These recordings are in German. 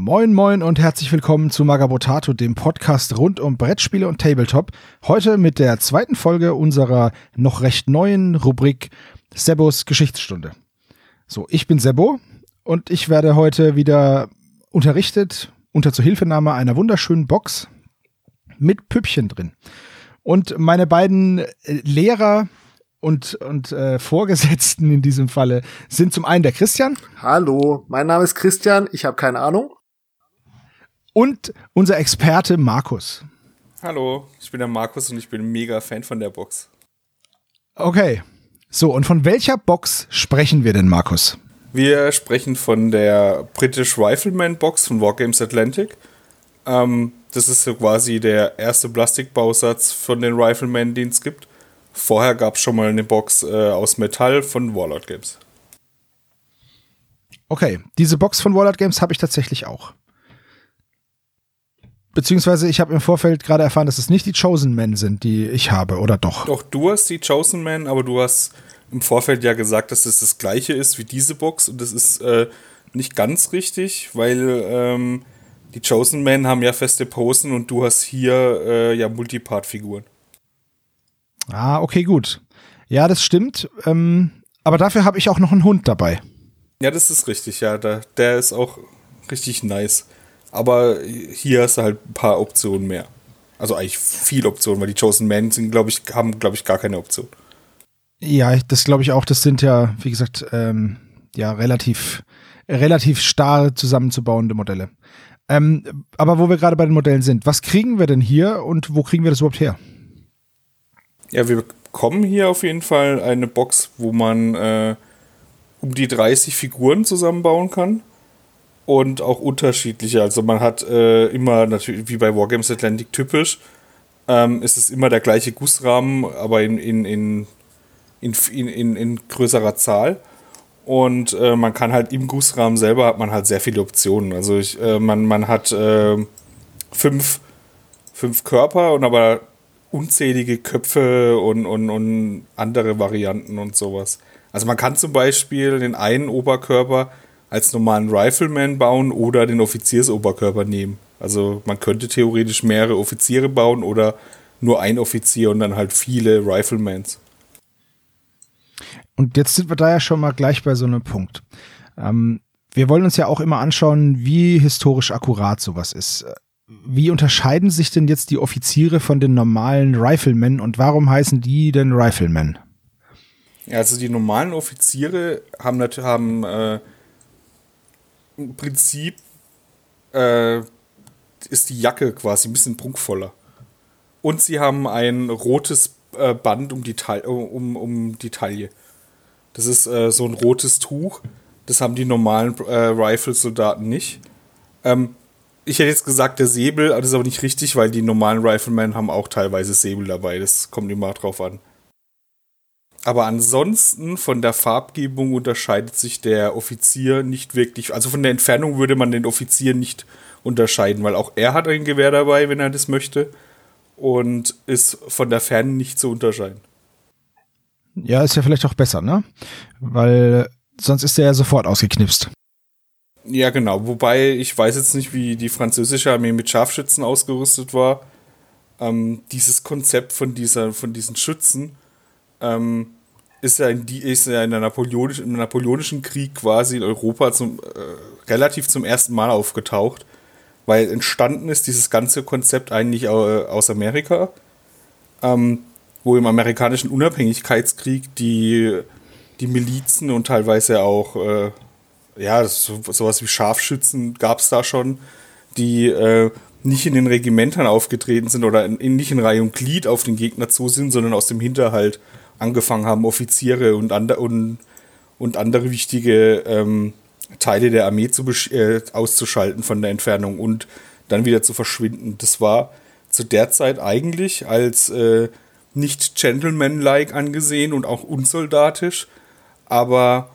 Moin moin und herzlich willkommen zu Magabotato, dem Podcast rund um Brettspiele und Tabletop. Heute mit der zweiten Folge unserer noch recht neuen Rubrik Sebos Geschichtsstunde. So, ich bin Sebo und ich werde heute wieder unterrichtet unter Zuhilfenahme einer wunderschönen Box mit Püppchen drin. Und meine beiden Lehrer und Vorgesetzten in diesem Falle sind zum einen der Christian. Hallo, mein Name ist Christian, ich habe keine Ahnung. Und unser Experte Markus. Hallo, ich bin der Markus und ich bin mega Fan von der Box. Okay, so und von welcher Box sprechen wir denn, Markus? Wir sprechen von der British Rifleman Box von Wargames Atlantic. Das ist so quasi der erste Plastikbausatz von den Riflemen, den es gibt. Vorher gab es schon mal eine Box aus Metall von Warlord Games. Okay, diese Box von Warlord Games habe ich tatsächlich auch. Beziehungsweise ich habe im Vorfeld gerade erfahren, dass es nicht die Chosen Men sind, die ich habe, oder doch? Doch, du hast die Chosen Men, aber du hast im Vorfeld ja gesagt, dass es das gleiche ist wie diese Box. Und das ist nicht ganz richtig, weil die Chosen Men haben ja feste Posen und du hast hier ja Multipart-Figuren. Ah, okay, gut. Ja, das stimmt. Aber dafür habe ich auch noch einen Hund dabei. Ja, das ist richtig, ja. Der ist auch richtig nice. Aber hier hast du halt ein paar Optionen mehr. Also eigentlich viele Optionen, weil die Chosen Men sind, haben gar keine Option. Ja, das glaube ich auch. Das sind ja, wie gesagt, ja, relativ starr zusammenzubauende Modelle. Aber wo wir gerade bei den Modellen sind, was kriegen wir denn hier und wo kriegen wir das überhaupt her? Ja, wir bekommen hier auf jeden Fall eine Box, wo man um die 30 Figuren zusammenbauen kann. Und auch unterschiedliche. Also man hat immer, natürlich wie bei Wargames Atlantic typisch, ist es immer der gleiche Gussrahmen, aber in größerer Zahl. Und man kann halt im Gussrahmen selber hat man halt sehr viele Optionen. Also man hat 5 Körper und aber unzählige Köpfe und andere Varianten und sowas. Also man kann zum Beispiel den einen Oberkörper als normalen Rifleman bauen oder den Offiziersoberkörper nehmen. Also man könnte theoretisch mehrere Offiziere bauen oder nur ein Offizier und dann halt viele Riflemans. Und jetzt sind wir da ja schon mal gleich bei so einem Punkt. Wir wollen uns ja auch immer anschauen, wie historisch akkurat sowas ist. Wie unterscheiden sich denn jetzt die Offiziere von den normalen Riflemen und warum heißen die denn Riflemen? Ja, also die normalen Offiziere haben im Prinzip ist die Jacke quasi ein bisschen prunkvoller. Und sie haben ein rotes Band um die Taille. Das ist so ein rotes Tuch. Das haben die normalen Rifle-Soldaten nicht. Ich hätte jetzt gesagt, der Säbel, aber das ist aber nicht richtig, weil die normalen Riflemen haben auch teilweise Säbel dabei. Das kommt immer drauf an. Aber ansonsten von der Farbgebung unterscheidet sich der Offizier nicht wirklich. Also von der Entfernung würde man den Offizier nicht unterscheiden, weil auch er hat ein Gewehr dabei, wenn er das möchte. Und ist von der Ferne nicht zu unterscheiden. Ja, ist ja vielleicht auch besser, ne? Weil sonst ist er ja sofort ausgeknipst. Ja, genau. Wobei, ich weiß jetzt nicht, wie die französische Armee mit Scharfschützen ausgerüstet war. Dieses Konzept von diesen Schützen ist ja im Napoleonischen Krieg quasi in Europa relativ zum ersten Mal aufgetaucht, weil entstanden ist dieses ganze Konzept eigentlich aus Amerika, wo im amerikanischen Unabhängigkeitskrieg die Milizen und teilweise auch sowas wie Scharfschützen gab es da schon, die nicht in den Regimentern aufgetreten sind oder nicht in Reihe und Glied auf den Gegner zu sind, sondern aus dem Hinterhalt angefangen haben, Offiziere und andere wichtige Teile der Armee auszuschalten von der Entfernung und dann wieder zu verschwinden. Das war zu der Zeit eigentlich als nicht gentlemanlike angesehen und auch unsoldatisch, aber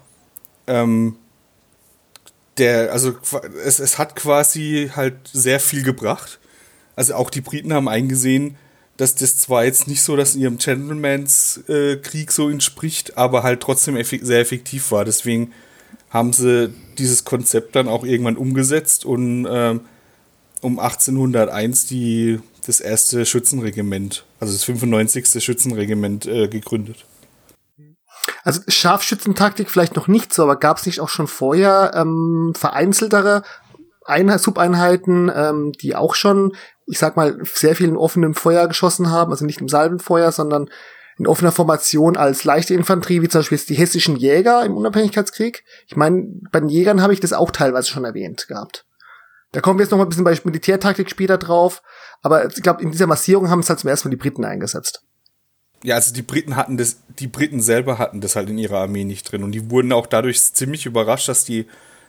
es hat quasi halt sehr viel gebracht. Also auch die Briten haben eingesehen, dass das zwar jetzt nicht so, dass in ihrem Gentlemans Krieg so entspricht, aber halt trotzdem sehr effektiv war. Deswegen haben sie dieses Konzept dann auch irgendwann umgesetzt und um 1801 das erste Schützenregiment, also das 95. Schützenregiment gegründet. Also Scharfschützentaktik vielleicht noch nicht so, aber gab es nicht auch schon vorher vereinzeltere Subeinheiten, die auch schon, ich sag mal, sehr viel in offenem Feuer geschossen haben, also nicht im Salvenfeuer, sondern in offener Formation als leichte Infanterie, wie zum Beispiel jetzt die hessischen Jäger im Unabhängigkeitskrieg. Ich meine, bei den Jägern habe ich das auch teilweise schon erwähnt gehabt. Da kommen wir jetzt noch mal ein bisschen bei Militärtaktik später drauf, aber ich glaube, in dieser Massierung haben es halt zum ersten Mal die Briten eingesetzt. Ja, also die Briten selber hatten das halt in ihrer Armee nicht drin und die wurden auch dadurch ziemlich überrascht, dass die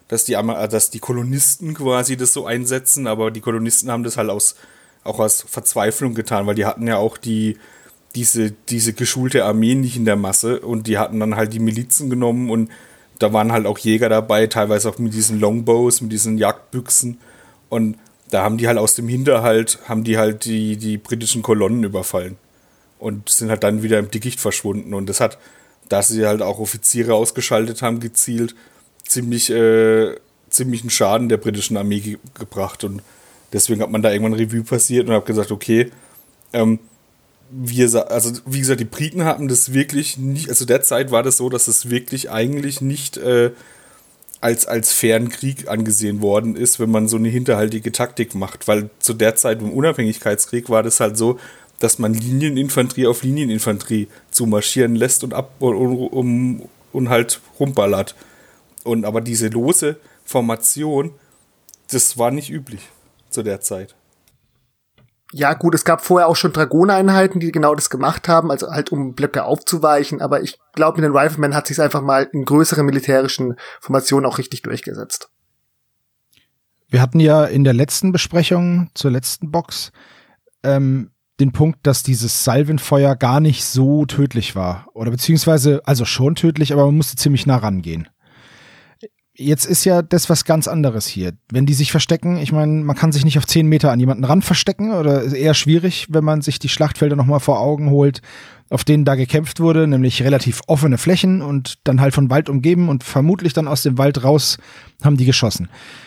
Kolonisten quasi das so einsetzen, aber die Kolonisten haben das halt auch aus Verzweiflung getan, weil die hatten ja auch diese geschulte Armee nicht in der Masse und die hatten dann halt die Milizen genommen und da waren halt auch Jäger dabei, teilweise auch mit diesen Longbows, mit diesen Jagdbüchsen und da haben die halt aus dem Hinterhalt, die britischen Kolonnen überfallen und sind halt dann wieder im Dickicht verschwunden und das hat, da sie halt auch Offiziere ausgeschaltet haben, gezielt, ziemlichen Schaden der britischen Armee gebracht und deswegen hat man da irgendwann Revue passiert und hat gesagt, okay, wie gesagt, die Briten hatten das wirklich nicht, also derzeit war das so, dass es wirklich eigentlich nicht als fairen Krieg angesehen worden ist, wenn man so eine hinterhaltige Taktik macht, weil zu der Zeit im Unabhängigkeitskrieg war das halt so, dass man Linieninfanterie auf Linieninfanterie zumarschieren lässt und und halt rumballert. Aber diese lose Formation, das war nicht üblich zu der Zeit. Ja gut, es gab vorher auch schon Dragonereinheiten, die genau das gemacht haben, also halt um Blöcke aufzuweichen, aber ich glaube, mit den Riflemen hat sich einfach mal in größeren militärischen Formationen auch richtig durchgesetzt. Wir hatten ja in der letzten Besprechung zur letzten Box den Punkt, dass dieses Salvenfeuer gar nicht so tödlich war. Oder beziehungsweise, also schon tödlich, aber man musste ziemlich nah rangehen. Jetzt ist ja das was ganz anderes hier. Wenn die sich verstecken, ich meine, man kann sich nicht auf 10 Meter an jemanden ran verstecken oder ist eher schwierig, wenn man sich die Schlachtfelder nochmal vor Augen holt, auf denen da gekämpft wurde, nämlich relativ offene Flächen und dann halt von Wald umgeben und vermutlich dann aus dem Wald raus haben die geschossen.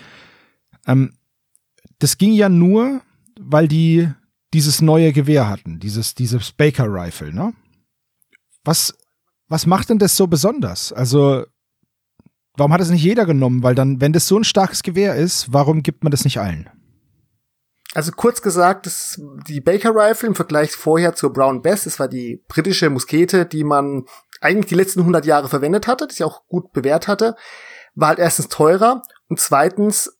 Das ging ja nur, weil die dieses neue Gewehr hatten, dieses Baker Rifle, ne? Was macht denn das so besonders? Also warum hat es nicht jeder genommen? Weil dann, wenn das so ein starkes Gewehr ist, warum gibt man das nicht allen? Also kurz gesagt, die Baker Rifle im Vergleich vorher zur Brown Bess, das war die britische Muskete, die man eigentlich die letzten 100 Jahre verwendet hatte, die sich auch gut bewährt hatte, war halt erstens teurer und zweitens,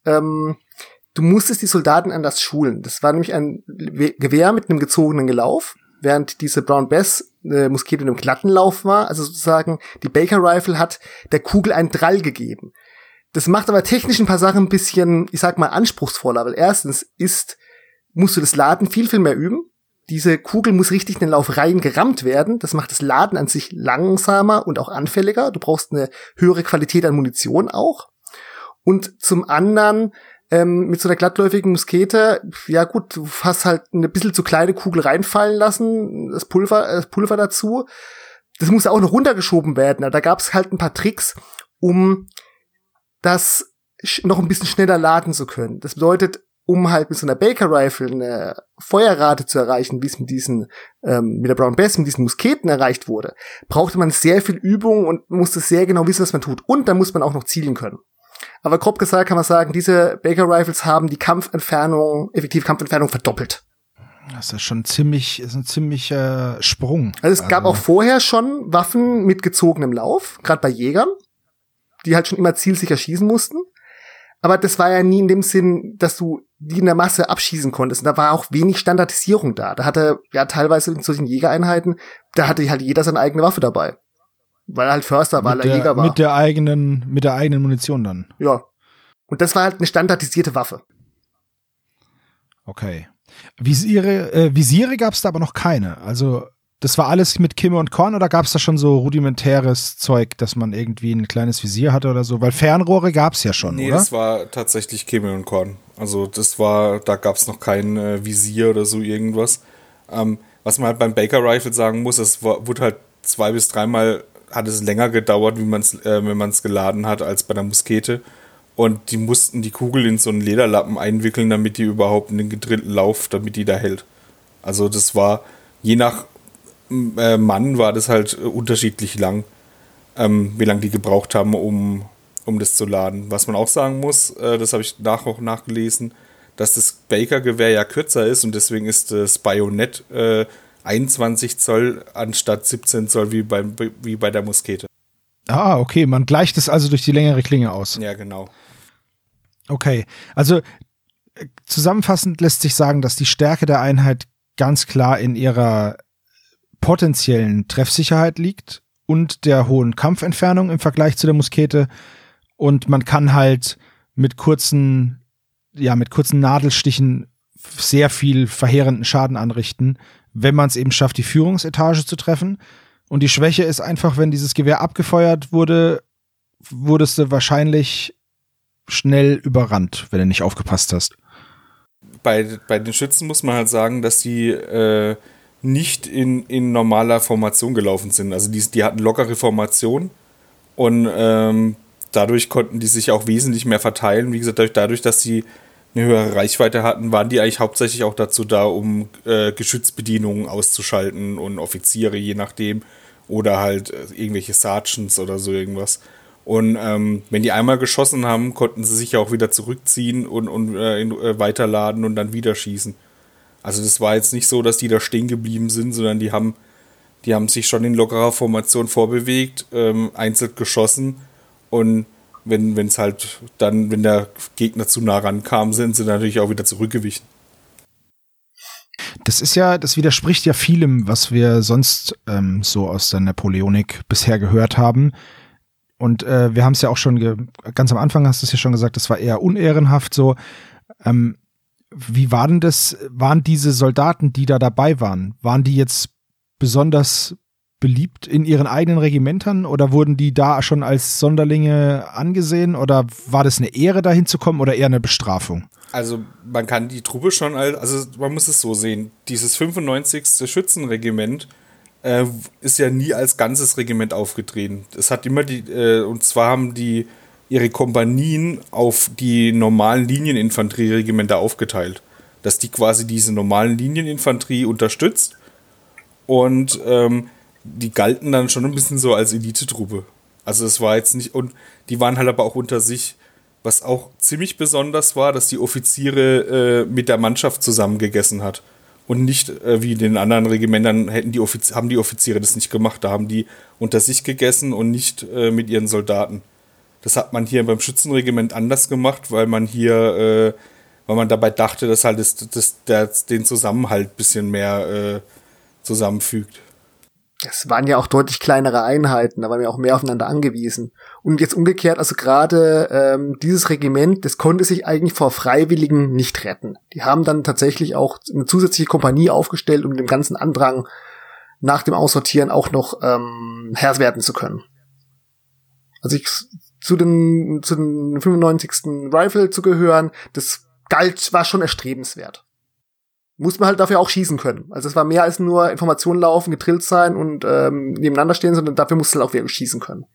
du musstest die Soldaten anders schulen. Das war nämlich ein Gewehr mit einem gezogenen Gelauf, während diese Brown Bess Muskete in einem glatten Lauf war. Also sozusagen, die Baker Rifle hat der Kugel einen Drall gegeben. Das macht aber technisch ein paar Sachen ein bisschen, ich sag mal, anspruchsvoller, weil erstens musst du das Laden viel, viel mehr üben. Diese Kugel muss richtig in den Lauf rein gerammt werden. Das macht das Laden an sich langsamer und auch anfälliger. Du brauchst eine höhere Qualität an Munition auch. Und zum anderen, mit so einer glattläufigen Muskete, ja gut, du hast halt eine bisschen zu kleine Kugel reinfallen lassen, das Pulver dazu. Das muss auch noch runtergeschoben werden. Da gab es halt ein paar Tricks, um das noch ein bisschen schneller laden zu können. Das bedeutet, um halt mit so einer Baker Rifle eine Feuerrate zu erreichen, wie es mit der Brown Bess, mit diesen Musketen erreicht wurde, brauchte man sehr viel Übung und musste sehr genau wissen, was man tut. Und dann muss man auch noch zielen können. Aber grob gesagt kann man sagen, diese Baker Rifles haben die effektive Kampfentfernung verdoppelt. Das ist schon ein ziemlicher Sprung. Also es gab auch vorher schon Waffen mit gezogenem Lauf, gerade bei Jägern, die halt schon immer zielsicher schießen mussten. Aber das war ja nie in dem Sinn, dass du die in der Masse abschießen konntest. Und da war auch wenig Standardisierung da. Da hatte ja teilweise in solchen Jägereinheiten, da hatte halt jeder seine eigene Waffe dabei. Weil er halt Förster war, weil er Jäger war. Mit der eigenen Munition dann. Ja. Und das war halt eine standardisierte Waffe. Okay. Visiere gab es da aber noch keine. Also das war alles mit Kimme und Korn oder gab es da schon so rudimentäres Zeug, dass man irgendwie ein kleines Visier hatte oder so? Weil Fernrohre gab es ja schon, nee, oder? Nee, das war tatsächlich Kimme und Korn. Also da gab es noch kein Visier oder so irgendwas. Was man halt beim Baker Rifle sagen muss, es wurde halt 2- bis 3-mal hat es länger gedauert, wenn man es geladen hat, als bei der Muskete. Und die mussten die Kugel in so einen Lederlappen einwickeln, damit die überhaupt in den gedrillten Lauf, damit die da hält. Also das war, je nach Mann war das halt unterschiedlich lang, wie lange die gebraucht haben, um das zu laden. Was man auch sagen muss, das habe ich auch nachgelesen, dass das Baker-Gewehr ja kürzer ist und deswegen ist das Bajonett 21 Zoll anstatt 17 Zoll wie bei der Muskete. Ah, okay, man gleicht es also durch die längere Klinge aus. Ja, genau. Okay, also zusammenfassend lässt sich sagen, dass die Stärke der Einheit ganz klar in ihrer potenziellen Treffsicherheit liegt und der hohen Kampfentfernung im Vergleich zu der Muskete. Und man kann halt mit kurzen Nadelstichen sehr viel verheerenden Schaden anrichten, wenn man es eben schafft, die Führungsetage zu treffen. Und die Schwäche ist einfach, wenn dieses Gewehr abgefeuert wurde, wurdest du wahrscheinlich schnell überrannt, wenn du nicht aufgepasst hast. Bei den Schützen muss man halt sagen, dass die nicht in normaler Formation gelaufen sind. Also die hatten lockere Formation und dadurch konnten die sich auch wesentlich mehr verteilen. Wie gesagt, dadurch, dass sie eine höhere Reichweite hatten, waren die eigentlich hauptsächlich auch dazu da, um Geschützbedienungen auszuschalten und Offiziere, je nachdem, oder halt irgendwelche Sergeants oder so irgendwas. Und wenn die einmal geschossen haben, konnten sie sich auch wieder zurückziehen und weiterladen und dann wieder schießen. Also das war jetzt nicht so, dass die da stehen geblieben sind, sondern die haben sich schon in lockerer Formation vorbewegt, einzeln geschossen und wenn der Gegner zu nah rankam, sind sie natürlich auch wieder zurückgewichen. Das widerspricht ja vielem, was wir sonst so aus der Napoleonik bisher gehört haben. Und wir haben es ja auch schon, ganz am Anfang hast du es ja schon gesagt, das war eher unehrenhaft so. Wie war denn das, waren diese Soldaten, die da dabei waren die jetzt besonders beliebt in ihren eigenen Regimentern oder wurden die da schon als Sonderlinge angesehen oder war das eine Ehre, da hinzukommen oder eher eine Bestrafung? Also man kann die Truppe schon, also man muss es so sehen, dieses 95. Schützenregiment ist ja nie als ganzes Regiment aufgetreten. Es hat immer und zwar haben die ihre Kompanien auf die normalen Linieninfanterieregimenter aufgeteilt. Dass die quasi diese normalen Linieninfanterie unterstützt und die galten dann schon ein bisschen so als Elitetruppe. Also es war jetzt nicht, und die waren halt aber auch unter sich, was auch ziemlich besonders war, dass die Offiziere mit der Mannschaft zusammen gegessen hat. Und nicht wie in den anderen Regimentern haben die Offiziere das nicht gemacht. Da haben die unter sich gegessen und nicht mit ihren Soldaten. Das hat man hier beim Schützenregiment anders gemacht, weil man dabei dachte, dass halt den Zusammenhalt ein bisschen mehr zusammenfügt. Es waren ja auch deutlich kleinere Einheiten, da waren wir auch mehr aufeinander angewiesen. Und jetzt umgekehrt, also gerade dieses Regiment, das konnte sich eigentlich vor Freiwilligen nicht retten. Die haben dann tatsächlich auch eine zusätzliche Kompanie aufgestellt, um dem ganzen Andrang nach dem Aussortieren auch noch Herr werden zu können. Also zu den 95. Rifle zu gehören, das war schon erstrebenswert. Muss man halt dafür auch schießen können. Also es war mehr als nur Informationen laufen, gedrillt sein und nebeneinander stehen, sondern dafür musst du halt auch wirklich schießen können.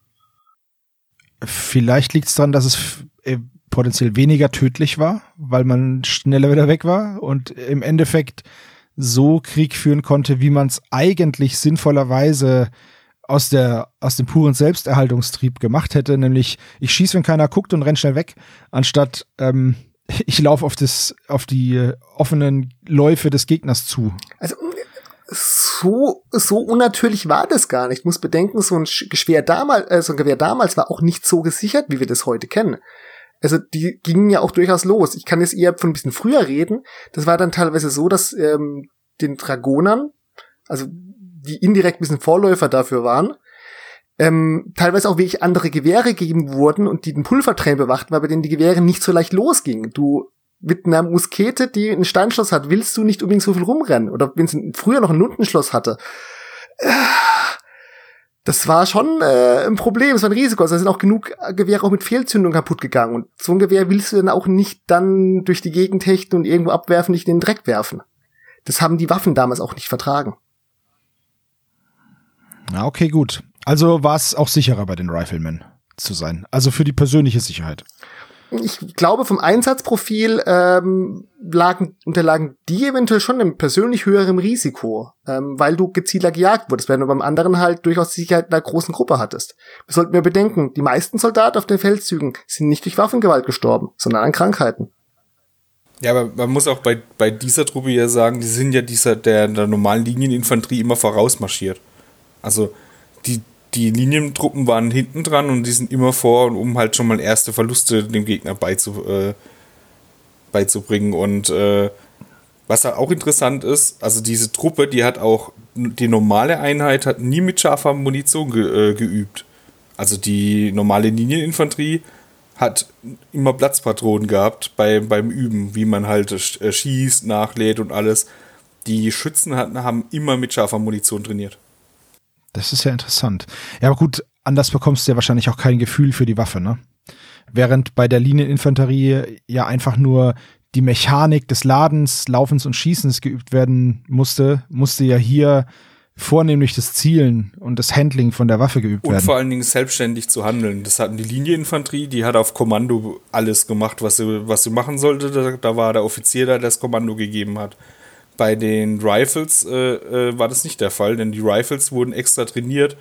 Vielleicht liegt es daran, dass es potenziell weniger tödlich war, weil man schneller wieder weg war und im Endeffekt so Krieg führen konnte, wie man es eigentlich sinnvollerweise aus dem puren Selbsterhaltungstrieb gemacht hätte, nämlich ich schieße, wenn keiner guckt und renn schnell weg, anstatt ich laufe auf die offenen Läufe des Gegners zu. Also so unnatürlich war das gar nicht. Ich muss bedenken, so ein Gewehr damals war auch nicht so gesichert, wie wir das heute kennen. Also die gingen ja auch durchaus los. Ich kann jetzt eher von ein bisschen früher reden. Das war dann teilweise so, dass den Dragonern, also die indirekt ein bisschen Vorläufer dafür waren, teilweise auch wirklich andere Gewehre gegeben wurden und die den Pulvertrain bewachten, weil bei denen die Gewehre nicht so leicht losgingen. Du mit einer Muskete, die ein Steinschloss hat, willst du nicht unbedingt so viel rumrennen. Oder wenn es früher noch ein Lundenschloss hatte. Das war schon ein Problem, es war ein Risiko. Also da sind auch genug Gewehre auch mit Fehlzündung kaputt gegangen. Und so ein Gewehr willst du dann auch nicht dann durch die Gegend hechten und irgendwo abwerfen, nicht in den Dreck werfen. Das haben die Waffen damals auch nicht vertragen. Na, okay, gut. Also war es auch sicherer bei den Riflemen zu sein. Also für die persönliche Sicherheit. Ich glaube, vom Einsatzprofil unterlagen die eventuell schon einem persönlich höherem Risiko, weil du gezielter gejagt wurdest, während du beim anderen halt durchaus die Sicherheit in einer großen Gruppe hattest. Wir sollten mir bedenken, die meisten Soldaten auf den Feldzügen sind nicht durch Waffengewalt gestorben, sondern an Krankheiten. Ja, aber man muss auch bei dieser Truppe ja sagen, die sind ja der normalen Linieninfanterie immer vorausmarschiert. Also die Linientruppen waren hinten dran und die sind immer vor, um halt schon mal erste Verluste dem Gegner beizubringen. Und was halt auch interessant ist, also diese Truppe, die normale Einheit hat nie mit scharfer Munition geübt. Also die normale Linieninfanterie hat immer Platzpatronen gehabt beim Üben, wie man halt schießt, nachlädt und alles. Die Schützen haben immer mit scharfer Munition trainiert. Das ist ja interessant. Ja, aber gut, anders bekommst du ja wahrscheinlich auch kein Gefühl für die Waffe, ne? Während bei der Linieninfanterie ja einfach nur die Mechanik des Ladens, Laufens und Schießens geübt werden musste ja hier vornehmlich das Zielen und das Handling von der Waffe geübt werden. Und vor allen Dingen selbstständig zu handeln. Das hatten die Linieninfanterie, die hat auf Kommando alles gemacht, was sie machen sollte. Da war der Offizier, der das Kommando gegeben hat. Bei den Rifles war das nicht der Fall, denn die Rifles wurden extra trainiert,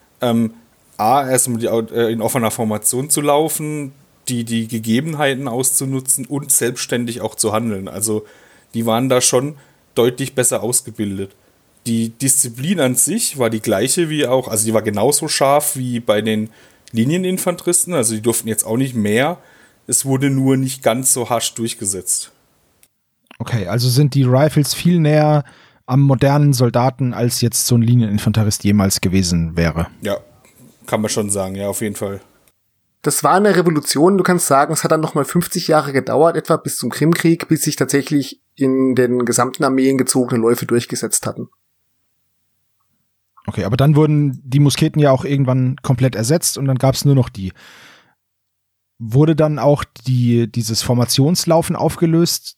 erstmal in offener Formation zu laufen, die Gegebenheiten auszunutzen und selbstständig auch zu handeln. Also die waren da schon deutlich besser ausgebildet. Die Disziplin an sich war die gleiche wie auch, also die war genauso scharf wie bei den Linieninfanteristen, also die durften jetzt auch nicht mehr. Es wurde nur nicht ganz so harsch durchgesetzt. Okay, also sind die Rifles viel näher am modernen Soldaten, als jetzt so ein Linieninfanterist jemals gewesen wäre. Ja, kann man schon sagen, ja, auf jeden Fall. Das war eine Revolution, du kannst sagen, es hat dann nochmal 50 Jahre gedauert, etwa bis zum Krimkrieg, bis sich tatsächlich in den gesamten Armeen gezogene Läufe durchgesetzt hatten. Okay, aber dann wurden die Musketen ja auch irgendwann komplett ersetzt und dann gab es nur noch die. Wurde dann auch dieses Formationslaufen aufgelöst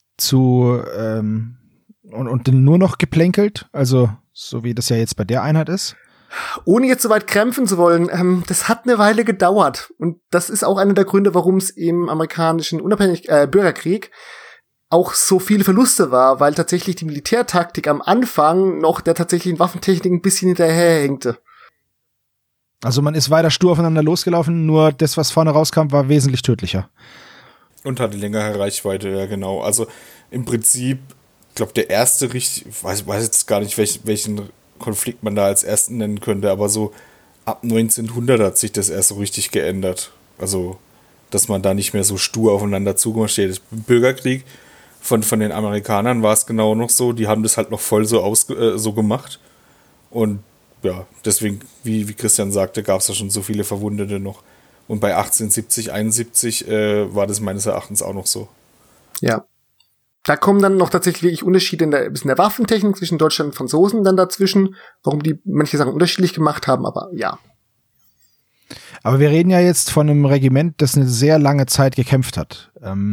und nur noch geplänkelt, also so wie das ja jetzt bei der Einheit ist? Ohne jetzt so weit krämpfen zu wollen, das hat eine Weile gedauert und das ist auch einer der Gründe, warum es im amerikanischen Bürgerkrieg auch so viele Verluste war, weil tatsächlich die Militärtaktik am Anfang noch der tatsächlichen Waffentechnik ein bisschen hinterherhängte. Also man ist weiter stur aufeinander losgelaufen, nur das, was vorne rauskam, war wesentlich tödlicher. Und hatte längere Reichweite, ja genau. Also im Prinzip, ich glaube der erste ich weiß jetzt gar nicht, welchen Konflikt man da als ersten nennen könnte, aber so ab 1900 hat sich das erst so richtig geändert. Also, dass man da nicht mehr so stur aufeinander zumarschiert ist. Im Bürgerkrieg von den Amerikanern war es genau noch so, die haben das halt noch voll so gemacht. Und ja, deswegen, wie Christian sagte, gab es da schon so viele Verwundete noch. Und bei 1870, 71 war das meines Erachtens auch noch so. Ja. Da kommen dann noch tatsächlich wirklich Unterschiede in der Waffentechnik zwischen Deutschland und Franzosen dann dazwischen, warum die manche Sachen unterschiedlich gemacht haben, aber ja. Aber wir reden ja jetzt von einem Regiment, das eine sehr lange Zeit gekämpft hat.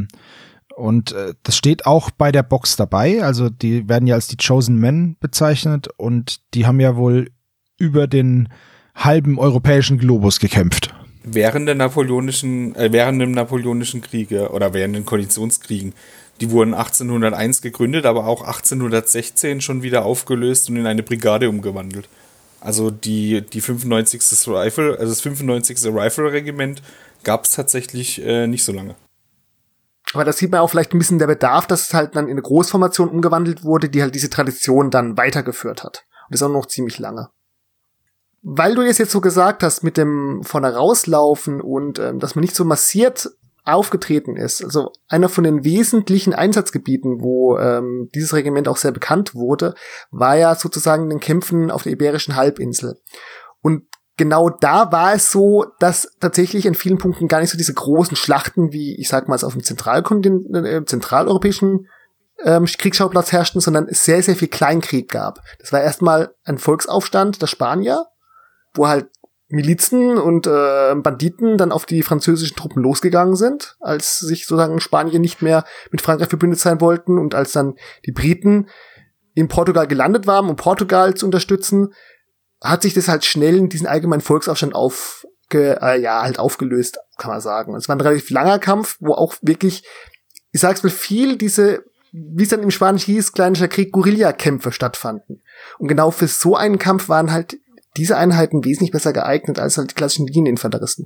Und das steht auch bei der Box dabei, also die werden ja als die Chosen Men bezeichnet und die haben ja wohl über den halben europäischen Globus gekämpft. Während dem Napoleonischen Krieg, ja, oder während den Koalitionskriegen. Die wurden 1801 gegründet, aber auch 1816 schon wieder aufgelöst und in eine Brigade umgewandelt. Also die 95. Rifle, also das 95. Rifle-Regiment gab es tatsächlich nicht so lange. Aber da sieht man auch vielleicht ein bisschen der Bedarf, dass es halt dann in eine Großformation umgewandelt wurde, die halt diese Tradition dann weitergeführt hat. Und das ist auch noch ziemlich lange. Weil du jetzt so gesagt hast, mit dem vorne rauslaufen und dass man nicht so massiert aufgetreten ist, also einer von den wesentlichen Einsatzgebieten, wo dieses Regiment auch sehr bekannt wurde, war ja sozusagen in den Kämpfen auf der Iberischen Halbinsel. Und genau da war es so, dass tatsächlich in vielen Punkten gar nicht so diese großen Schlachten wie, ich sag mal, auf dem zentraleuropäischen Kriegsschauplatz herrschten, sondern es sehr, sehr viel Kleinkrieg gab. Das war erstmal ein Volksaufstand der Spanier, wo halt Milizen und Banditen dann auf die französischen Truppen losgegangen sind, als sich sozusagen Spanien nicht mehr mit Frankreich verbündet sein wollten und als dann die Briten in Portugal gelandet waren, um Portugal zu unterstützen, hat sich das halt schnell in diesen allgemeinen Volksaufstand aufgelöst, kann man sagen. Es war ein relativ langer Kampf, wo auch wirklich, ich sag's mal, viel diese, wie es dann im Spanisch hieß, Kleiner Krieg, Guerillakämpfe stattfanden. Und genau für so einen Kampf waren halt diese Einheiten wesentlich besser geeignet als halt die klassischen Linieninfanteristen.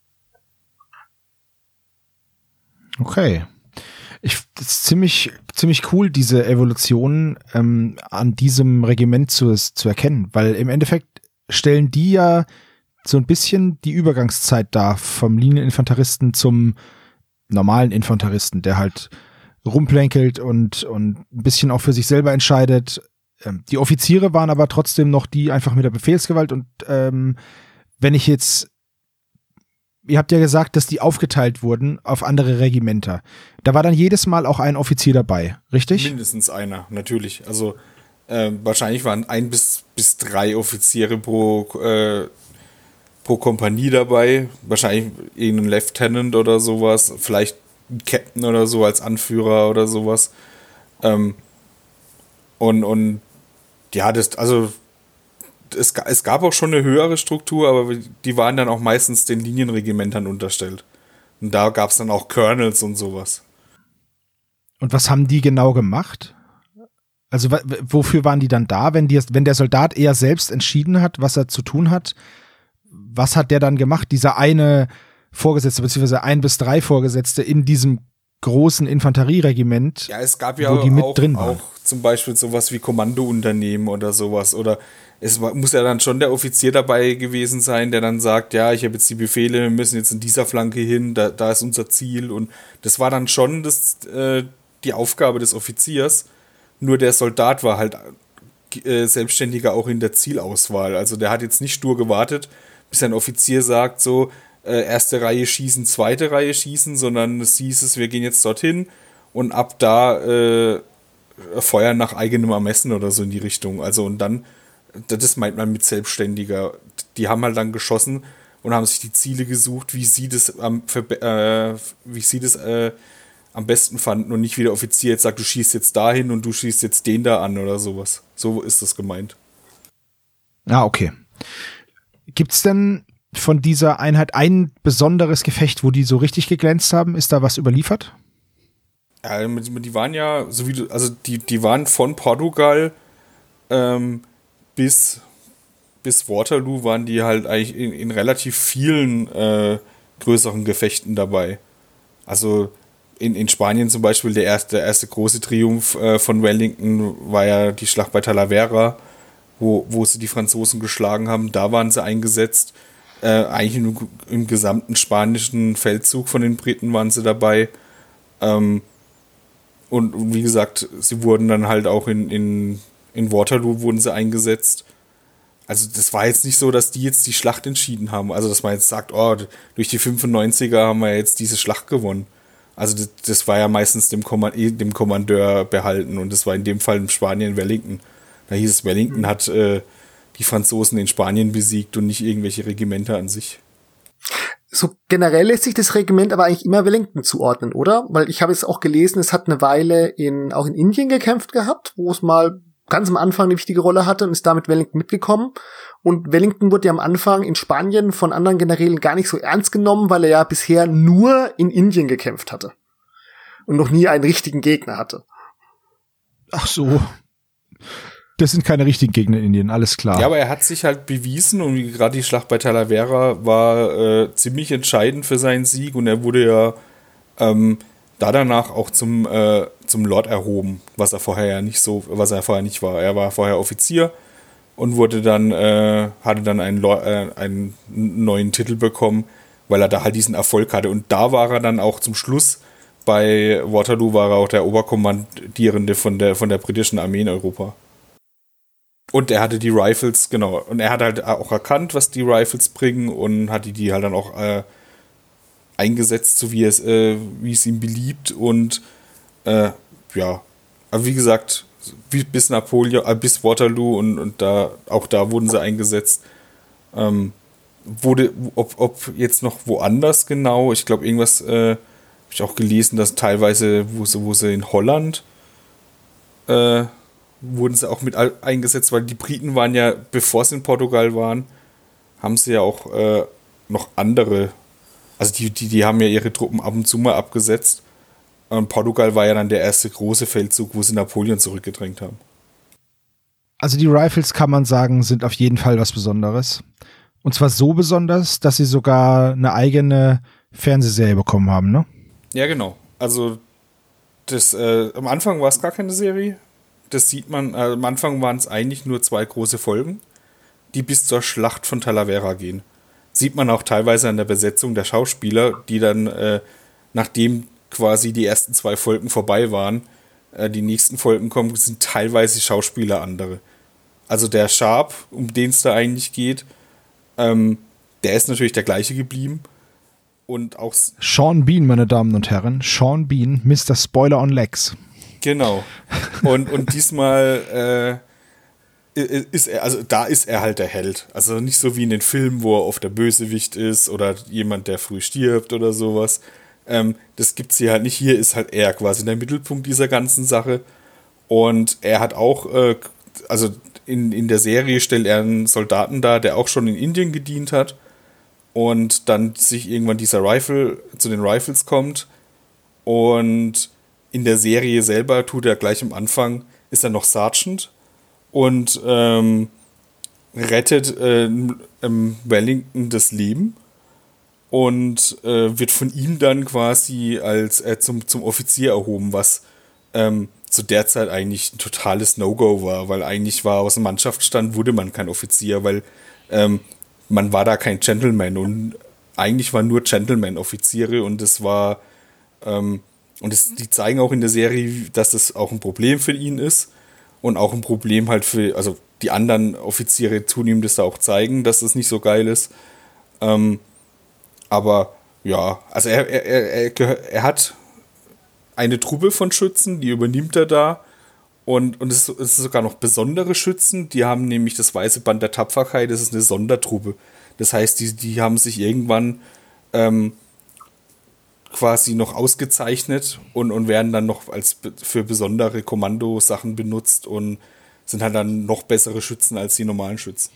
Okay. Das ist ziemlich cool, diese Evolution an diesem Regiment zu erkennen, weil im Endeffekt stellen die ja so ein bisschen die Übergangszeit dar vom Linieninfanteristen zum normalen Infanteristen, der halt rumplänkelt und ein bisschen auch für sich selber entscheidet. Die Offiziere waren aber trotzdem noch die einfach mit der Befehlsgewalt und wenn ich jetzt, ihr habt ja gesagt, dass die aufgeteilt wurden auf andere Regimenter. Da war dann jedes Mal auch ein Offizier dabei, richtig? Mindestens einer, natürlich. Also wahrscheinlich waren 1 bis 3 Offiziere pro Kompanie dabei. Wahrscheinlich irgendein Lieutenant oder sowas. Vielleicht ein Captain oder so als Anführer oder sowas. Und ja, es gab auch schon eine höhere Struktur, aber die waren dann auch meistens den Linienregimentern unterstellt. Und da gab es dann auch Colonels und sowas. Und was haben die genau gemacht? Also wofür waren die dann da, wenn der Soldat eher selbst entschieden hat, was er zu tun hat? Was hat der dann gemacht? Dieser eine Vorgesetzte, beziehungsweise 1 bis 3 Vorgesetzte in diesem großen Infanterieregiment, ja, es gab ja wo die mit auch, drin waren. Auch zum Beispiel sowas wie Kommandounternehmen oder sowas. Oder es muss ja dann schon der Offizier dabei gewesen sein, der dann sagt, ja, ich habe jetzt die Befehle, wir müssen jetzt in dieser Flanke hin, da ist unser Ziel. Und das war dann schon die Aufgabe des Offiziers. Nur der Soldat war halt selbstständiger auch in der Zielauswahl. Also der hat jetzt nicht stur gewartet, bis ein Offizier sagt so, erste Reihe schießen, zweite Reihe schießen, sondern es hieß es, wir gehen jetzt dorthin und ab da feuern nach eigenem Ermessen oder so in die Richtung. Also und dann, das meint man mit selbstständiger. Die haben halt dann geschossen und haben sich die Ziele gesucht, wie sie das am besten fanden und nicht wie der Offizier jetzt sagt, du schießt jetzt dahin und du schießt jetzt den da an oder sowas. So ist das gemeint. Ah, okay. Gibt's denn von dieser Einheit ein besonderes Gefecht, wo die so richtig geglänzt haben? Ist da was überliefert? Ja, die waren ja, so wie du, also die waren von Portugal bis Waterloo waren die halt eigentlich in relativ vielen größeren Gefechten dabei. Also in Spanien zum Beispiel der erste große Triumph von Wellington war ja die Schlacht bei Talavera, wo sie die Franzosen geschlagen haben. Da waren sie eingesetzt. Eigentlich im gesamten spanischen Feldzug von den Briten waren sie dabei. Und wie gesagt, sie wurden dann halt auch in Waterloo wurden sie eingesetzt. Also das war jetzt nicht so, dass die jetzt die Schlacht entschieden haben. Also dass man jetzt sagt, oh, durch die 95er haben wir jetzt diese Schlacht gewonnen. Also das war ja meistens dem Kommandeur behalten und das war in dem Fall in Spanien Wellington. Da hieß es, Wellington hat die Franzosen in Spanien besiegt und nicht irgendwelche Regimenter an sich. So generell lässt sich das Regiment aber eigentlich immer Wellington zuordnen, oder? Weil ich habe es auch gelesen, es hat eine Weile auch in Indien gekämpft gehabt, wo es mal ganz am Anfang eine wichtige Rolle hatte und ist damit Wellington mitgekommen. Und Wellington wurde ja am Anfang in Spanien von anderen Generälen gar nicht so ernst genommen, weil er ja bisher nur in Indien gekämpft hatte und noch nie einen richtigen Gegner hatte. Ach so. Das sind keine richtigen Gegner in Indien, alles klar. Ja, aber er hat sich halt bewiesen und gerade die Schlacht bei Talavera war ziemlich entscheidend für seinen Sieg und er wurde ja danach auch zum Lord erhoben, was er vorher nicht war. Er war vorher Offizier und hatte dann einen neuen Titel bekommen, weil er da halt diesen Erfolg hatte. Und da war er dann auch zum Schluss bei Waterloo war er auch der Oberkommandierende von der britischen Armee in Europa. Und er hatte die Rifles, genau. Und er hat halt auch erkannt, was die Rifles bringen und hatte die halt dann auch eingesetzt, so wie es ihm beliebt. Und ja, aber wie gesagt, bis Waterloo und da wurden sie eingesetzt. Ob jetzt noch woanders genau, ich glaube irgendwas habe ich auch gelesen, dass teilweise, wo sie in Holland wurden sie auch mit eingesetzt, weil die Briten waren ja, bevor sie in Portugal waren, haben sie ja auch noch andere, also die haben ja ihre Truppen ab und zu mal abgesetzt. Und Portugal war ja dann der erste große Feldzug, wo sie Napoleon zurückgedrängt haben. Also die Rifles, kann man sagen, sind auf jeden Fall was Besonderes. Und zwar so besonders, dass sie sogar eine eigene Fernsehserie bekommen haben, ne? Ja, genau. Also am Anfang war es gar keine Serie. Das sieht man, am Anfang waren es eigentlich nur 2 große Folgen, die bis zur Schlacht von Talavera gehen. Sieht man auch teilweise an der Besetzung der Schauspieler, die dann, nachdem quasi die ersten 2 Folgen vorbei waren, die nächsten Folgen kommen, sind teilweise Schauspieler andere. Also der Sharp, um den es da eigentlich geht, der ist natürlich der gleiche geblieben. Und auch Sean Bean, meine Damen und Herren. Sean Bean, Mr. Spoiler on Legs. Genau. Und diesmal ist er, also da ist er halt der Held. Also nicht so wie in den Filmen, wo er oft der Bösewicht ist oder jemand, der früh stirbt oder sowas. Das gibt's hier halt nicht. Hier ist halt er quasi der Mittelpunkt dieser ganzen Sache. Und er hat auch, also in der Serie stellt er einen Soldaten dar, der auch schon in Indien gedient hat. Und dann sich irgendwann dieser zu den Rifles kommt. Und in der Serie selber tut er gleich am Anfang, ist er noch Sergeant und rettet Wellington das Leben und wird von ihm dann quasi als zum Offizier erhoben, was zu der Zeit eigentlich ein totales No-Go war, weil eigentlich war aus dem Mannschaftsstand wurde man kein Offizier, weil man war da kein Gentleman und eigentlich waren nur Gentleman-Offiziere und es war die zeigen auch in der Serie, dass das auch ein Problem für ihn ist und auch ein Problem halt also die anderen Offiziere tun ihm das da auch zeigen, dass das nicht so geil ist. Aber ja, also er hat eine Truppe von Schützen, die übernimmt er da. Und es ist sogar noch besondere Schützen, die haben nämlich das Weiße Band der Tapferkeit, das ist eine Sondertruppe. Das heißt, die haben sich irgendwann quasi noch ausgezeichnet und werden dann noch für besondere Kommandosachen benutzt und sind halt dann noch bessere Schützen als die normalen Schützen.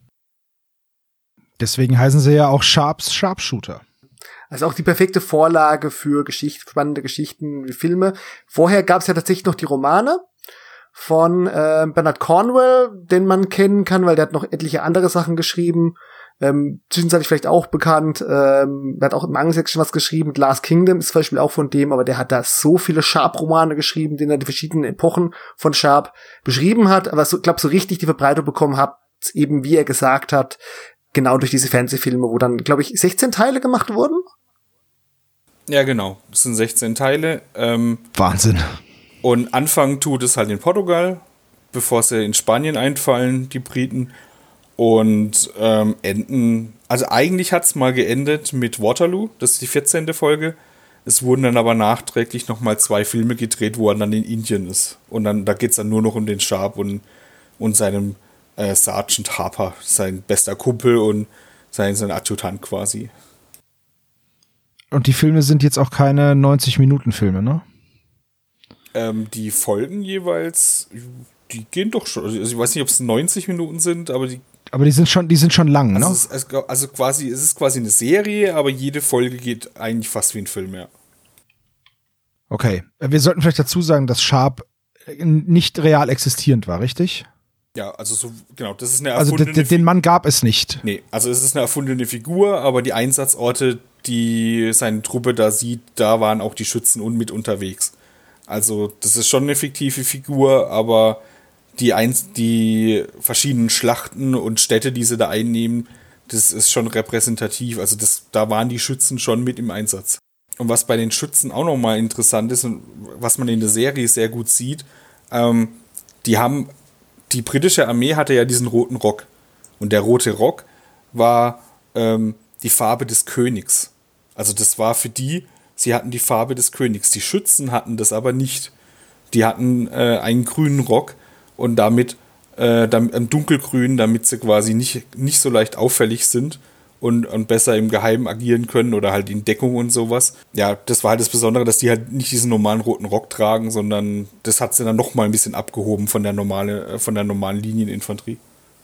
Deswegen heißen sie ja auch Sharpshooter. Also auch die perfekte Vorlage für spannende Geschichten wie Filme. Vorher gab es ja tatsächlich noch die Romane von Bernard Cornwell, den man kennen kann, weil der hat noch etliche andere Sachen geschrieben. Zwischenzeitlich vielleicht auch bekannt. Der hat auch im Angelsächsischen was geschrieben. Last Kingdom ist zum Beispiel auch von dem, aber der hat da so viele Sharp-Romane geschrieben, denen er die verschiedenen Epochen von Sharp beschrieben hat. Aber ich glaube, so richtig die Verbreitung bekommen hat, eben wie er gesagt hat, genau durch diese Fernsehfilme, wo dann, glaube ich, 16 Teile gemacht wurden. Ja, genau. Das sind 16 Teile. Wahnsinn. Und anfangen tut es halt in Portugal, bevor sie in Spanien einfallen, die Briten. Und enden, also eigentlich hat es mal geendet mit Waterloo, das ist die 14. Folge. Es wurden dann aber nachträglich nochmal 2 Filme gedreht, wo er dann in Indien ist. Und dann, da geht es dann nur noch um den Sharp und seinem Sergeant Harper, sein bester Kumpel und sein Adjutant quasi. Und die Filme sind jetzt auch keine 90-Minuten-Filme, ne? Die Folgen jeweils, die gehen doch schon, also ich weiß nicht, ob es 90 Minuten sind, aber die sind schon lang, ne? Also quasi, es ist quasi eine Serie, aber jede Folge geht eigentlich fast wie ein Film, ja. Okay. Wir sollten vielleicht dazu sagen, dass Sharp nicht real existierend war, richtig? Ja, also so, genau, das ist eine erfundene Also den Mann gab es nicht. Nee, also es ist eine erfundene Figur, aber die Einsatzorte, die seine Truppe da sieht, da waren auch die Schützen mit unterwegs. Also das ist schon eine fiktive Figur, aber die verschiedenen Schlachten und Städte, die sie da einnehmen, das ist schon repräsentativ. Also da waren die Schützen schon mit im Einsatz. Und was bei den Schützen auch nochmal interessant ist und was man in der Serie sehr gut sieht, die britische Armee hatte ja diesen roten Rock. Und der rote Rock war die Farbe des Königs. Also das war für sie hatten die Farbe des Königs. Die Schützen hatten das aber nicht. Die hatten einen grünen Rock und damit dunkelgrün, damit sie quasi nicht so leicht auffällig sind und besser im Geheimen agieren können oder halt in Deckung und sowas. Ja, das war halt das Besondere, dass die halt nicht diesen normalen roten Rock tragen, sondern das hat sie dann noch mal ein bisschen abgehoben von der normalen Linieninfanterie.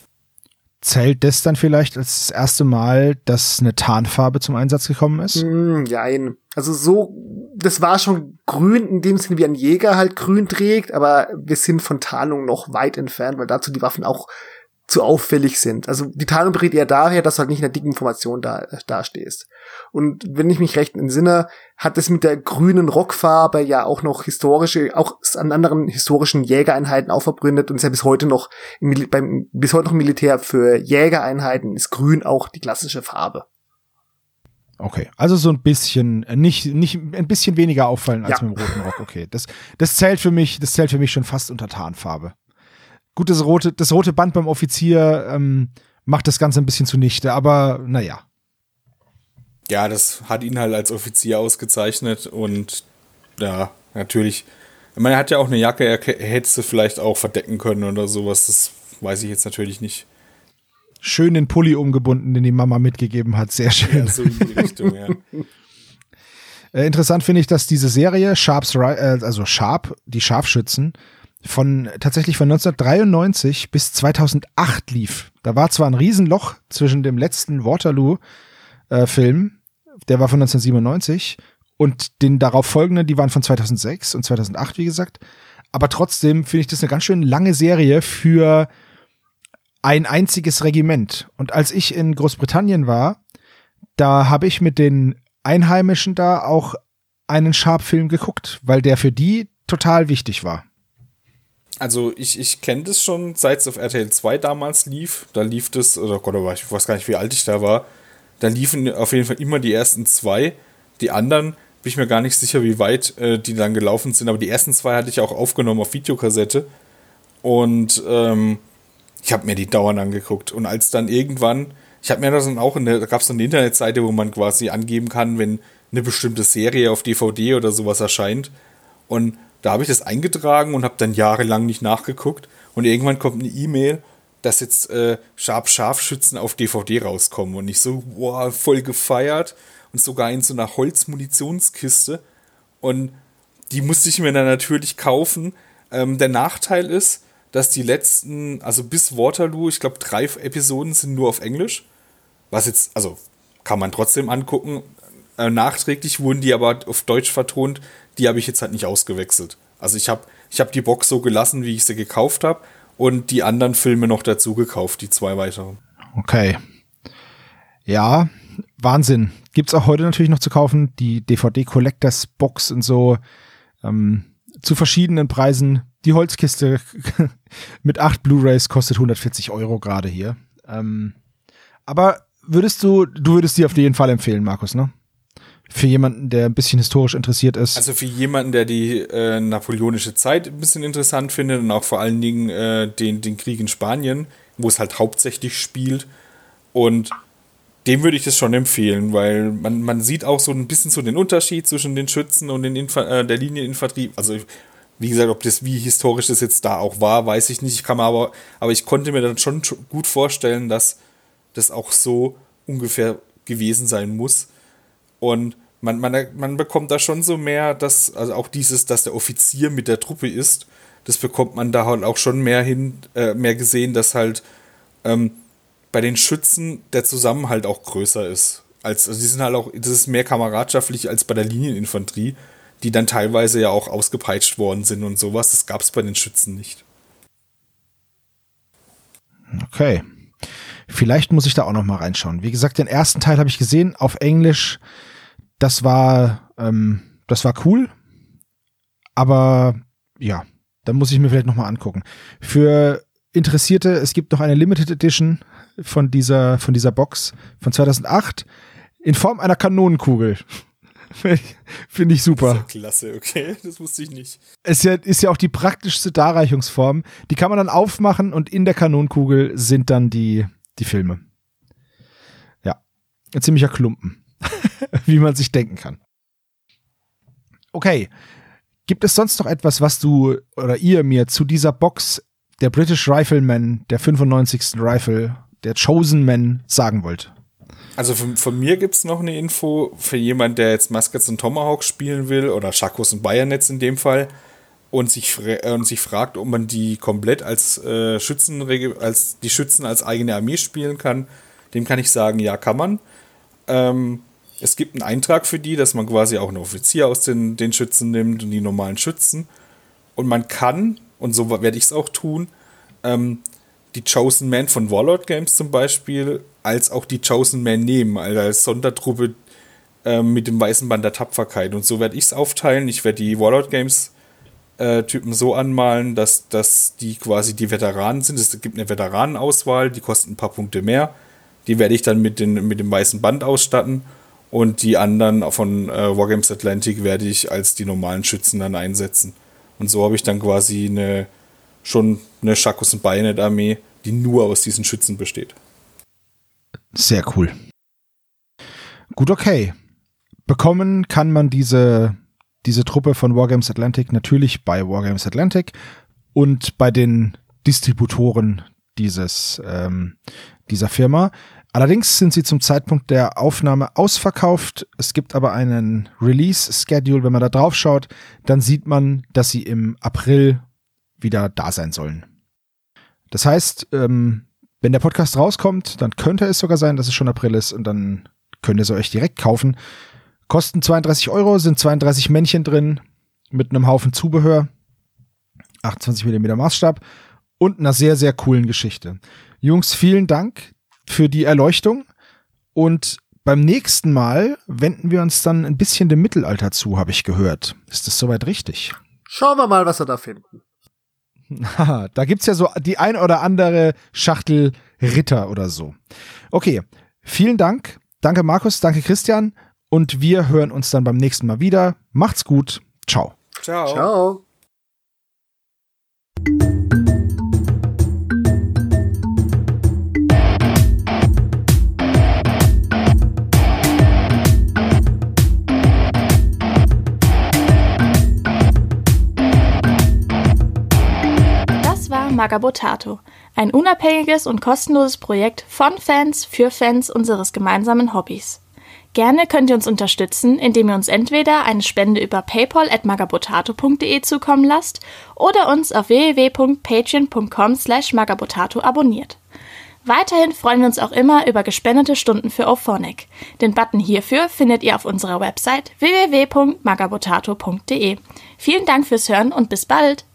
Zählt das dann vielleicht als das erste Mal, dass eine Tarnfarbe zum Einsatz gekommen ist? Nein. Also so, das war schon grün in dem Sinne, wie ein Jäger halt grün trägt, aber wir sind von Tarnung noch weit entfernt, weil dazu die Waffen auch zu auffällig sind. Also die Tarnung berät eher daher, dass du halt nicht in einer dicken Formation da stehst. Und wenn ich mich recht entsinne, hat es mit der grünen Rockfarbe ja auch noch auch an anderen historischen Jägereinheiten auch verbündet und ist ja bis heute noch im Militär für Jägereinheiten ist grün auch die klassische Farbe. Okay, also so ein bisschen, nicht ein bisschen weniger auffallen als mit dem roten Rock. Okay, das zählt für mich schon fast unter Tarnfarbe. Gut, das rote Band beim Offizier macht das Ganze ein bisschen zunichte, aber naja. Ja, das hat ihn halt als Offizier ausgezeichnet und ja, natürlich. Ich meine, er hat ja auch eine Jacke, er hätte sie vielleicht auch verdecken können oder sowas, das weiß ich jetzt natürlich nicht. Schön den Pulli umgebunden, den die Mama mitgegeben hat, sehr schön. Ja, so in die Richtung, ja. Interessant finde ich, dass diese Serie Sharp, die Scharfschützen, tatsächlich von 1993 bis 2008 lief. Da war zwar ein Riesenloch zwischen dem letzten Waterloo-Film, der war von 1997, und den darauf folgenden, die waren von 2006 und 2008, wie gesagt. Aber trotzdem finde ich das eine ganz schön lange Serie für ein einziges Regiment. Und als ich in Großbritannien war, da habe ich mit den Einheimischen da auch einen Sharp-Film geguckt, weil der für die total wichtig war. Also ich kenne das schon, seit es auf RTL 2 damals lief. Da lief das, oder Gott, ich weiß gar nicht, wie alt ich da war. Da liefen auf jeden Fall immer die ersten 2. Die anderen bin ich mir gar nicht sicher, wie weit die dann gelaufen sind. Aber die ersten 2 hatte ich auch aufgenommen auf Videokassette. Und ich habe mir die dauernd angeguckt. Und als dann irgendwann, ich habe mir das dann auch, da gab es eine Internetseite, wo man quasi angeben kann, wenn eine bestimmte Serie auf DVD oder sowas erscheint. Und da habe ich das eingetragen und habe dann jahrelang nicht nachgeguckt. Und irgendwann kommt eine E-Mail, dass jetzt Scharfschützen auf DVD rauskommen. Und ich so, wow, voll gefeiert. Und sogar in so einer Holzmunitionskiste. Und die musste ich mir dann natürlich kaufen. Der Nachteil ist, dass die letzten, also bis Waterloo, ich glaube 3 Episoden sind nur auf Englisch. Was jetzt, also kann man trotzdem angucken. Nachträglich wurden die aber auf Deutsch vertont. Die habe ich jetzt halt nicht ausgewechselt. Also ich hab die Box so gelassen, wie ich sie gekauft habe. Und die anderen Filme noch dazu gekauft, die 2 weiteren. Okay. Ja, Wahnsinn. Gibt's auch heute natürlich noch zu kaufen. Die DVD Collectors Box und so zu verschiedenen Preisen. Die Holzkiste mit 8 Blu-rays kostet 140 € gerade hier. Aber du würdest die auf jeden Fall empfehlen, Markus, ne? Für jemanden, der ein bisschen historisch interessiert ist. Also für jemanden, der die napoleonische Zeit ein bisschen interessant findet und auch vor allen Dingen den Krieg in Spanien, wo es halt hauptsächlich spielt. Und dem würde ich das schon empfehlen, weil man sieht auch so ein bisschen so den Unterschied zwischen den Schützen und der Linieninfanterie. Also wie gesagt, wie historisch das jetzt da auch war, weiß ich nicht. Aber ich konnte mir dann schon gut vorstellen, dass das auch so ungefähr gewesen sein muss. Und man bekommt da schon so mehr, dass auch dieses, dass der Offizier mit der Truppe ist, das bekommt man da halt auch schon mehr gesehen, dass halt bei den Schützen der Zusammenhalt auch größer ist. Also die sind halt auch, das ist mehr kameradschaftlich als bei der Linieninfanterie, die dann teilweise ja auch ausgepeitscht worden sind und sowas. Das gab es bei den Schützen nicht. Okay. Vielleicht muss ich da auch noch mal reinschauen. Wie gesagt, den ersten Teil habe ich gesehen auf Englisch. Das war cool. Aber ja, da muss ich mir vielleicht noch mal angucken. Für Interessierte, es gibt noch eine Limited Edition von dieser Box von 2008 in Form einer Kanonenkugel. Finde ich super. Das ist ja klasse, okay, das wusste ich nicht. Es ist ja auch die praktischste Darreichungsform. Die kann man dann aufmachen und in der Kanonenkugel sind dann die Filme. Ja, ein ziemlicher Klumpen, wie man sich denken kann. Okay, gibt es sonst noch etwas, was du oder ihr mir zu dieser Box der British Rifleman, der 95. Rifle, der Chosen Men sagen wollt? Also von mir gibt es noch eine Info für jemanden, der jetzt Muskets und Tomahawk spielen will oder Shakos und Bayonets in dem Fall und sich fragt, ob man die komplett als die Schützen als eigene Armee spielen kann. Dem kann ich sagen, ja, kann man. Es gibt einen Eintrag für die, dass man quasi auch einen Offizier aus den Schützen nimmt und die normalen Schützen. Und man kann, und so werde ich es auch tun, die Chosen Men von Warlord Games zum Beispiel als auch die Chosen Men nehmen, also als Sondertruppe mit dem weißen Band der Tapferkeit. Und so werde ich es aufteilen. Ich werde die Warlord Games Typen so anmalen, dass die quasi die Veteranen sind. Es gibt eine Veteranenauswahl, die kosten ein paar Punkte mehr. Die werde ich dann mit dem weißen Band ausstatten. Und die anderen von Wargames Atlantic werde ich als die normalen Schützen dann einsetzen. Und so habe ich dann quasi schon eine Shakos und Bayonet Armee, die nur aus diesen Schützen besteht. Sehr cool. Gut, okay. Bekommen kann man diese Truppe von Wargames Atlantic natürlich bei Wargames Atlantic und bei den Distributoren dieser Firma. Allerdings sind sie zum Zeitpunkt der Aufnahme ausverkauft. Es gibt aber einen Release-Schedule. Wenn man da drauf schaut, dann sieht man, dass sie im April wieder da sein sollen. Das heißt, wenn der Podcast rauskommt, dann könnte es sogar sein, dass es schon April ist und dann könnt ihr sie euch direkt kaufen. Kosten 32 €, sind 32 Männchen drin mit einem Haufen Zubehör, 28 mm Maßstab und einer sehr, sehr coolen Geschichte. Jungs, vielen Dank für die Erleuchtung und beim nächsten Mal wenden wir uns dann ein bisschen dem Mittelalter zu, habe ich gehört. Ist das soweit richtig? Schauen wir mal, was wir da finden. Da gibt's ja so die ein oder andere Schachtel Ritter oder so. Okay, vielen Dank. Danke Markus, danke Christian. Und wir hören uns dann beim nächsten Mal wieder. Macht's gut. Ciao. Ciao. Ciao. Das war Magabotato, ein unabhängiges und kostenloses Projekt von Fans für Fans unseres gemeinsamen Hobbys. Gerne könnt ihr uns unterstützen, indem ihr uns entweder eine Spende über paypal@magabotato.de zukommen lasst oder uns auf www.patreon.com/magabotato abonniert. Weiterhin freuen wir uns auch immer über gespendete Stunden für Auphonic. Den Button hierfür findet ihr auf unserer Website www.magabotato.de. Vielen Dank fürs Hören und bis bald!